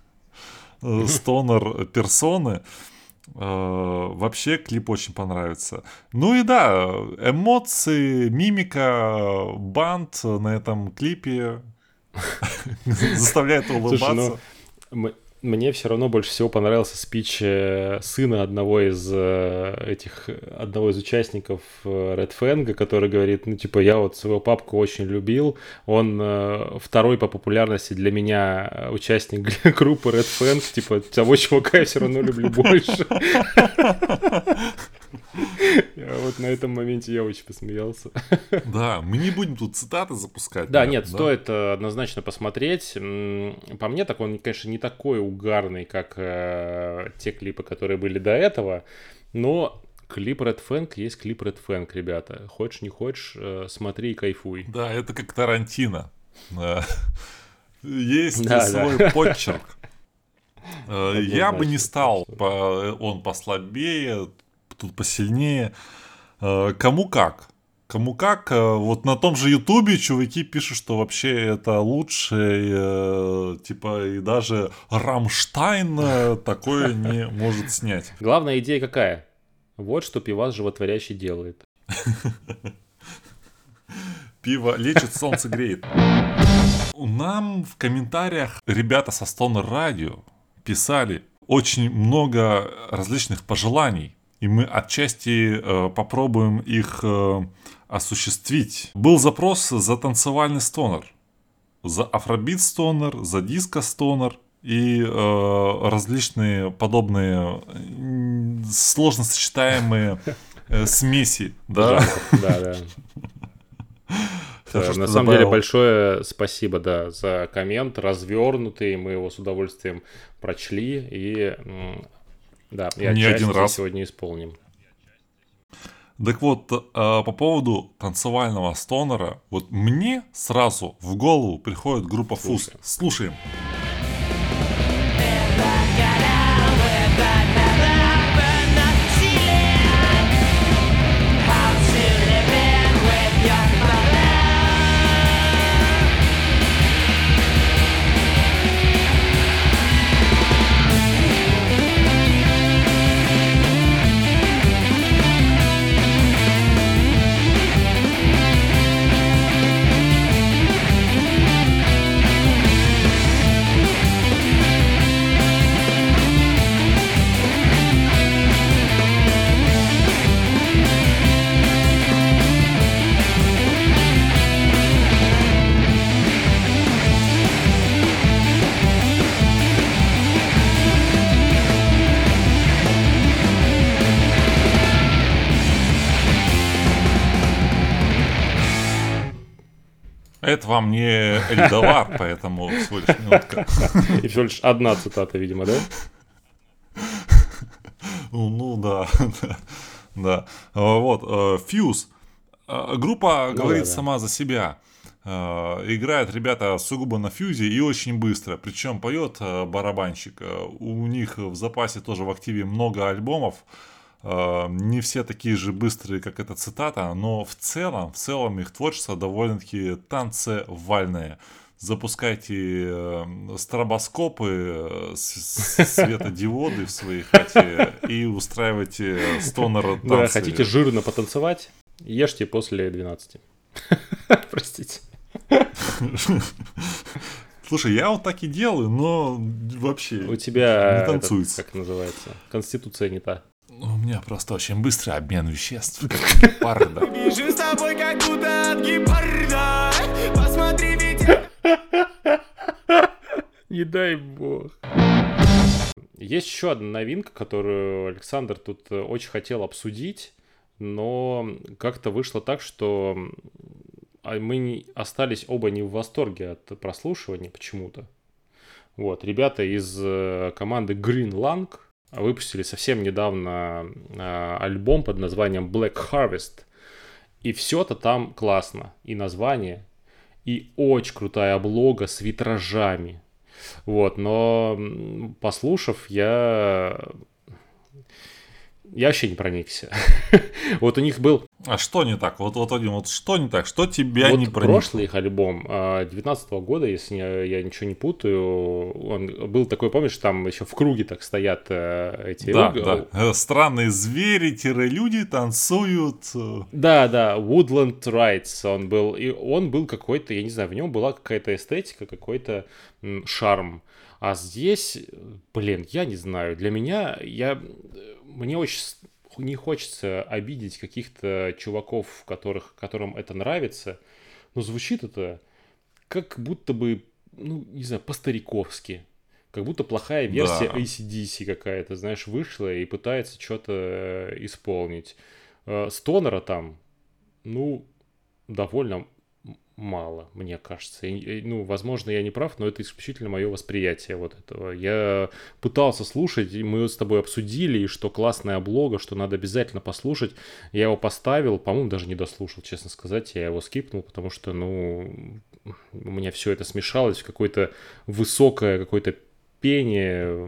стонер-персоны, вообще клип очень понравится. Ну и да, эмоции, мимика, банд на этом клипе заставляет улыбаться. Слушай, мне все равно больше всего понравился спич сына одного из участников Red Fang, который говорит, я вот своего папку очень любил, он второй по популярности для меня участник группы Red Fang, того чувака я все равно люблю больше. Вот на этом моменте я очень посмеялся. Да, мы не будем тут цитаты запускать. Да, нет, стоит однозначно посмотреть. По мне, так он, конечно, не такой угарный, как те клипы, которые были до этого, но клип Red Fang есть клип Red Fang, ребята. Хочешь, не хочешь, смотри и кайфуй. Да, это как Тарантино. Есть свой почерк. Я бы не стал, он послабее, тут посильнее. Кому как. Вот на том же Ютубе чуваки пишут, что вообще это лучше, и даже Рамштайн такое не может снять. Главная идея какая? Вот что пивас животворящий делает. Пиво лечит, солнце греет. Нам в комментариях ребята со Stoner Radio писали очень много различных пожеланий. И мы отчасти попробуем их осуществить. Был запрос за танцевальный стонер, за афробит стонер, за диско стонер и различные подобные сложно сочетаемые смеси. Да. На самом деле большое спасибо, за коммент развернутый, мы его с удовольствием прочли и не один раз сегодня исполним. Так вот, по поводу танцевального стонера, вот мне сразу в голову приходит группа Фуз. Слушаем. Это вам не Эльдовар, поэтому всего лишь минутка. И всего лишь одна цитата, видимо, да? Ну да, да. Вот, Fuse. Группа говорит да. сама за себя. Играют ребята сугубо на фьюзе и очень быстро. Причем поет барабанщик. У них в запасе тоже в активе много альбомов. Не все такие же быстрые, как эта цитата, но в целом их творчество довольно-таки танцевальное. Запускайте стробоскопы, светодиоды в своей хате и устраивайте стонер-танцы. Да, хотите жирно потанцевать? Ешьте после 12. Простите. Слушай, я вот так и делаю, но вообще У тебя, не танцуется. как называется, конституция не та. У меня просто очень быстрый обмен веществ, как у гепарда. Вижу с тобой, как будто от гепарда. Посмотри, ведь... Не дай бог. Есть еще одна новинка, которую Александр тут очень хотел обсудить, но как-то вышло так, что мы остались оба не в восторге от прослушивания почему-то. Вот, ребята из команды Green Lung выпустили совсем недавно альбом под названием Black Harvest. И все-то там классно. И название, и очень крутая облога с витражами. Вот, но послушав, я вообще не проникся. Вот у них был... А что не так? Вот что не так? Что тебя вот не проникло? прошлый их альбом 19-го года, если я ничего не путаю, он был такой, помнишь, там еще в круге так стоят эти... Да. Странные звери-люди танцуют. Да, Woodland Rights он был. И он был какой-то, я не знаю, в нем была какая-то эстетика, какой-то шарм. А здесь, я не знаю, для меня, мне очень не хочется обидеть каких-то чуваков, которым это нравится, но звучит это как будто бы, не знаю, по-стариковски. Как будто плохая версия Да. AC/DC какая-то, знаешь, вышла и пытается что-то исполнить. Стонера там, довольно мало, мне кажется. Возможно, я не прав, но это исключительно мое восприятие вот этого. Я пытался слушать, и мы с тобой обсудили, и что классная облога, что надо обязательно послушать. Я его поставил, по-моему, даже не дослушал, честно сказать. Я его скипнул, потому что, у меня все это смешалось в какое-то высокое какое-то пение,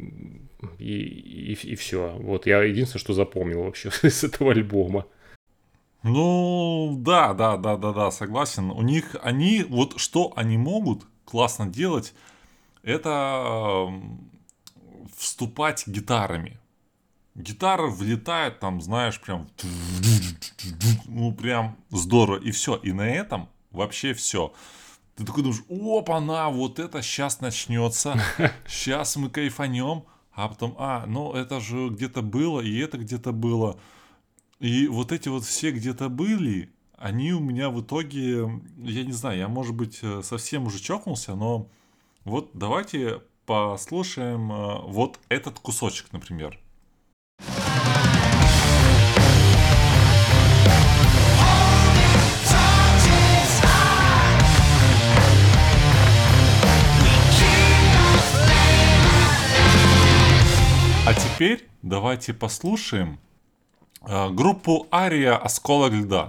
и все. Вот я единственное, что запомнил вообще с этого альбома. Да, согласен. У них, что они могут классно делать, это вступать гитарами. Гитара влетает там, знаешь, прям, прям здорово, и все. И на этом вообще все. Ты такой думаешь, опа-на, вот это сейчас начнется, сейчас мы кайфанем, а потом, это же где-то было, и это где-то было. И вот эти вот все где-то были, они у меня в итоге, я не знаю, я, может быть, совсем уже чокнулся, но вот давайте послушаем вот этот кусочек, например. А теперь давайте послушаем группу Ария «Осколок льда».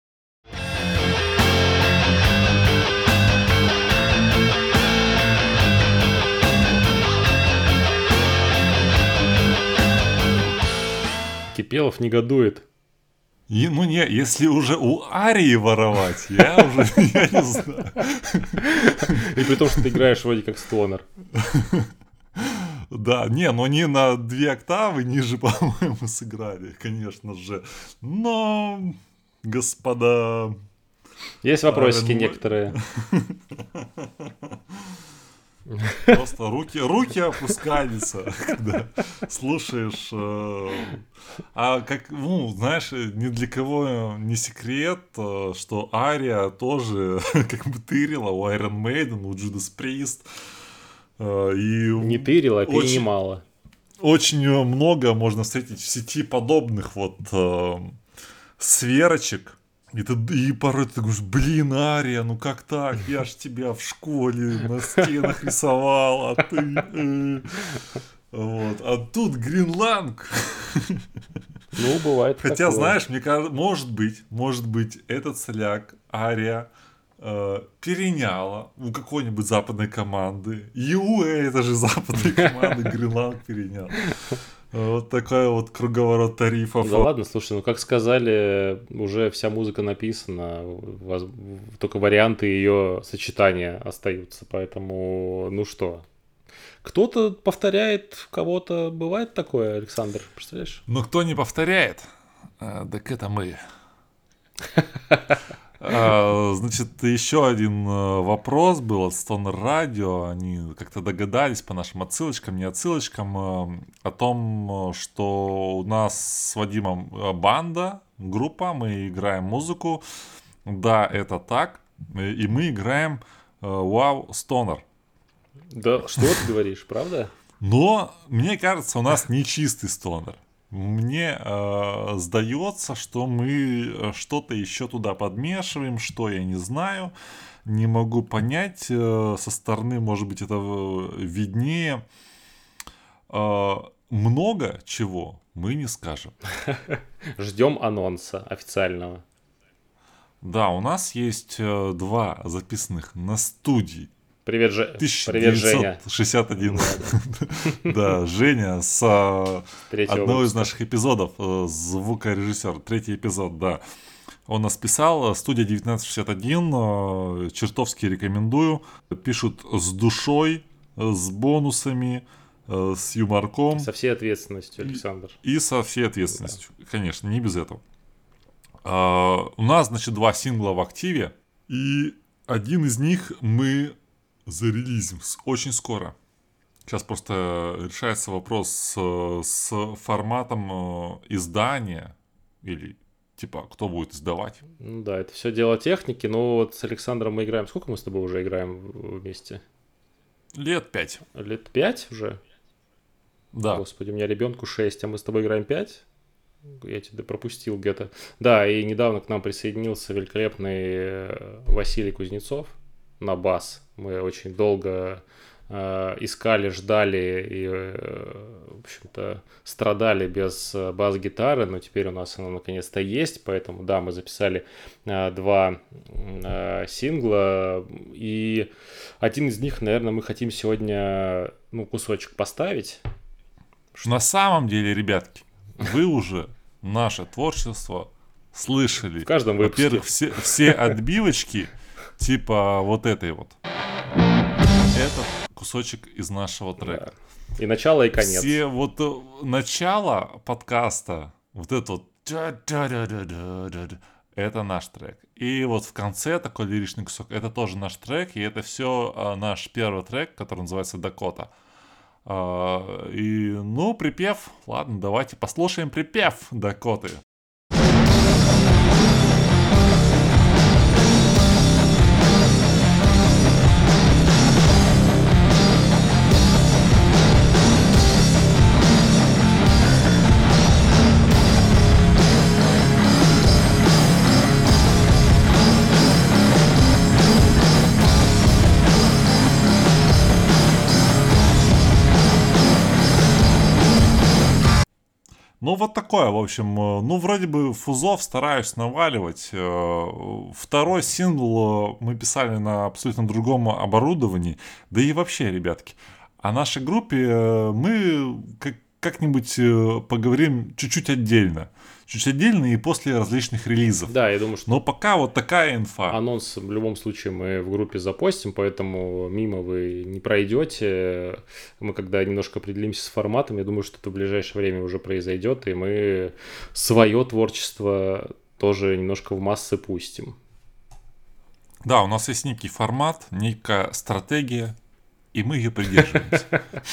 Кипелов негодует. Если уже у Арии воровать, я не знаю. И при том, что ты играешь вроде как стонер. Да, они на 2 октавы ниже, по-моему, сыграли, конечно же. Но, господа... Есть вопросики некоторые. Просто руки опускаются, когда слушаешь. Знаешь, ни для кого не секрет, что Ария тоже как бы тырила у Iron Maiden, у Judas Priest. Не тырила, а перенимала. Очень много можно встретить в сети подобных сверочек, И порой ты говоришь, блин, Ария, ну как так? Я ж тебя в школе на стенах рисовал, а ты... Вот. А тут Гринланг. Ну, бывает Хотя, такое. знаешь, мне кажется, может быть, этот соляк Ария переняла у какой-нибудь западной команды. ЮЭ, это же западная команда, Гринланг перенял. Вот такой вот круговорот тарифов. Да ладно, слушай, ну как сказали, уже вся музыка написана, только варианты ее сочетания остаются, поэтому, ну что, кто-то повторяет кого-то, бывает такое, Александр, представляешь? Но кто не повторяет, так это мы. Значит, еще один вопрос был от Stoner Radio. Они как-то догадались по нашим отсылочкам, не отсылочкам, о том, что у нас с Вадимом банда, группа, мы играем музыку. Да, это так. И мы играем Wow Stoner. Да, что ты говоришь, правда? Но, мне кажется, у нас не чистый стонер. Мне сдается, что мы что-то еще туда подмешиваем, что я не знаю, не могу понять. Со стороны, может быть, это виднее. Много чего мы не скажем. Ждем анонса официального. Да, у нас есть два записанных на студии. Привет, Привет, Женя. 1961. Да, Женя с Третьего одного из выпуска. наших эпизодов, звукорежиссер, третий эпизод, да. Он нас писал, студия 1961, чертовски рекомендую. Пишут с душой, с бонусами, с юморком. Со всей ответственностью, Александр. И со всей ответственностью, конечно, не без этого. У нас, значит, два сингла в активе, и один из них мы зарелизим очень скоро. Сейчас просто решается вопрос с форматом издания, или типа, кто будет издавать. Ну да, это все дело техники, но вот с Александром мы играем. Сколько мы с тобой уже играем вместе? Лет 5. Лет 5 уже? Да. Господи, у меня ребенку 6, а мы с тобой играем 5? Я тебя пропустил где-то. Да, и недавно к нам присоединился великолепный Василий Кузнецов на бас. Мы очень долго искали, ждали и, в общем-то, страдали без бас-гитары, но теперь у нас она наконец-то есть, поэтому, да, мы записали два сингла, и один из них, наверное, мы хотим сегодня, кусочек поставить. На самом деле, ребятки, вы уже наше творчество слышали. В каждом выпуске. Во-первых, все отбивочки, типа вот этой вот. Это кусочек из нашего трека. Да. И начало, и конец. Все вот начало подкаста, вот это вот, это наш трек. И вот в конце такой лиричный кусок, это тоже наш трек, и это все наш первый трек, который называется «Дакота». И, припев, ладно, давайте послушаем припев Дакоты. Вот такое, в общем, вроде бы фузов стараюсь наваливать. Второй сингл мы писали на абсолютно другом оборудовании, да и вообще, ребятки, о нашей группе мы как-нибудь поговорим чуть-чуть отдельно и после различных релизов. Да, я думаю, что... Но пока вот такая инфа. Анонс в любом случае мы в группе запостим, поэтому мимо вы не пройдете. Мы когда немножко определимся с форматом, я думаю, что это в ближайшее время уже произойдет, и мы свое творчество тоже немножко в массы пустим. Да, у нас есть некий формат, некая стратегия, и мы ее придерживаемся.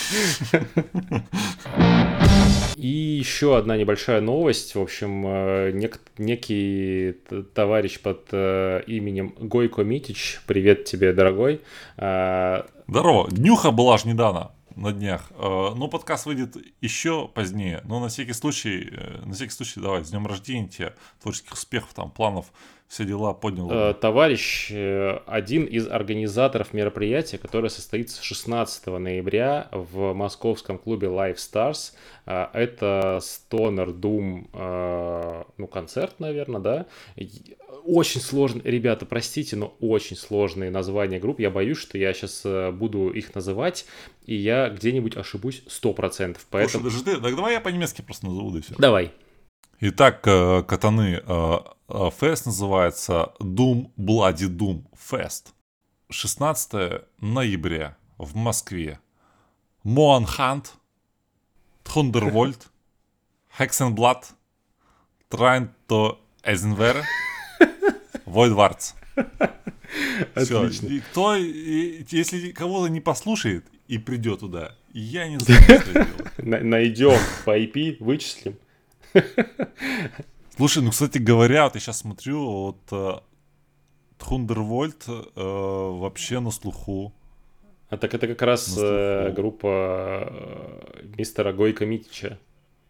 И еще одна небольшая новость. В общем, некий товарищ под именем Гойко Митич, привет тебе, дорогой. Здорово, днюха была ж недавно. на днях. Но подкаст выйдет еще позднее. Но на всякий случай, давай, с днем рождения тебе, творческих успехов, там, планов, все дела поднял. Товарищ, один из организаторов мероприятия, которое состоится 16 ноября в московском клубе Live Stars. Это Stoner Doom, концерт, наверное, да? Очень сложно, ребята, простите, но очень сложные названия групп. Я боюсь, что я сейчас буду их называть, и я где-нибудь ошибусь 100%. Поэтому... Слушай, даже так давай я по-немецки просто назову, да и все. Давай. Итак, катаны, фест называется Doom Bloody Doom Fest. 16 ноября в Москве. Моанхант, Thundervolt, Hexenblatt, Trainto Eisenware, Voidwarts. Отлично. Если кого-то не послушает и придет туда, я не знаю, что делать. Найдем по IP, вычислим. Слушай, кстати говоря, вот я сейчас смотрю, вот Thundervolt вообще на слуху. А так это как раз группа мистера Гойко Митича.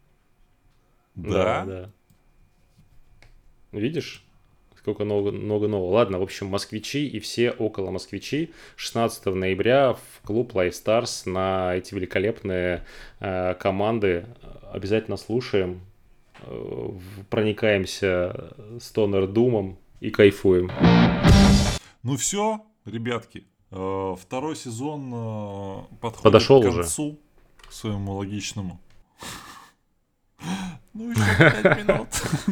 Да? Да. Видишь? Сколько много нового. Ладно, в общем, москвичи и все около москвичи 16 ноября в клуб Live Stars на эти великолепные команды. Обязательно слушаем, проникаемся Stoner Doom'ом и кайфуем. Ну все, ребятки, второй сезон Подошел к уже. концу своему логичному. Ну еще 5 минут.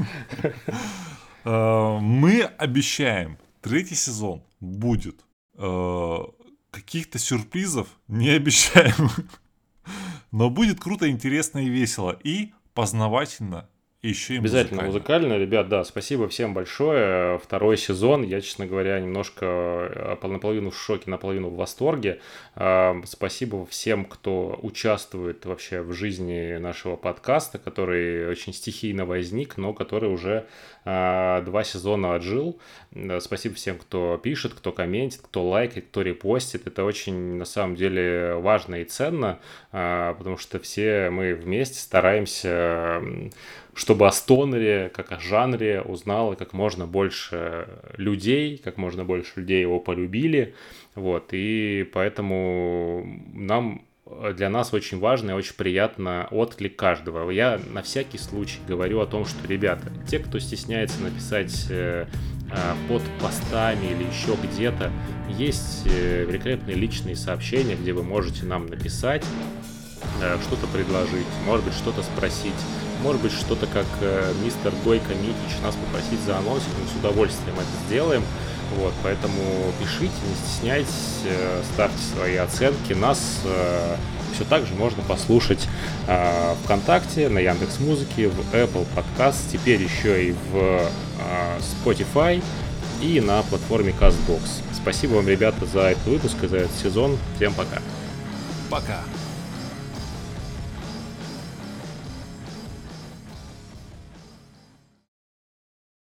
Мы обещаем, третий сезон будет. Каких-то сюрпризов не обещаем. Но будет круто, интересно и весело. И познавательно, и еще и обязательно музыкально, ребят, да, спасибо всем большое. Второй сезон, я, честно говоря, немножко наполовину в шоке, наполовину в восторге. Спасибо всем, кто участвует вообще в жизни нашего подкаста, который очень стихийно возник, но который уже 2 сезона отжил. Спасибо всем, кто пишет, кто комментит, кто лайкает, кто репостит. Это очень, на самом деле, важно и ценно, потому что все мы вместе стараемся, чтобы о стонере, как о жанре, узнало как можно больше людей, как можно больше людей его полюбили. Вот, и поэтому для нас очень важно и очень приятно отклик каждого. Я на всякий случай говорю о том, что, ребята, те, кто стесняется написать под постами или еще где-то, есть великолепные личные сообщения, где вы можете нам написать, что-то предложить, может быть, что-то спросить, может быть, что-то, как мистер Гойко Митич, нас попросить заанонсить, мы с удовольствием это сделаем. Вот, поэтому пишите, не стесняйтесь, ставьте свои оценки. Нас все так же можно послушать ВКонтакте, на Яндекс.Музыке, в Apple Podcast, теперь еще и в Spotify и на платформе CastBox. Спасибо вам, ребята, за этот выпуск и за этот сезон. Всем пока. Пока.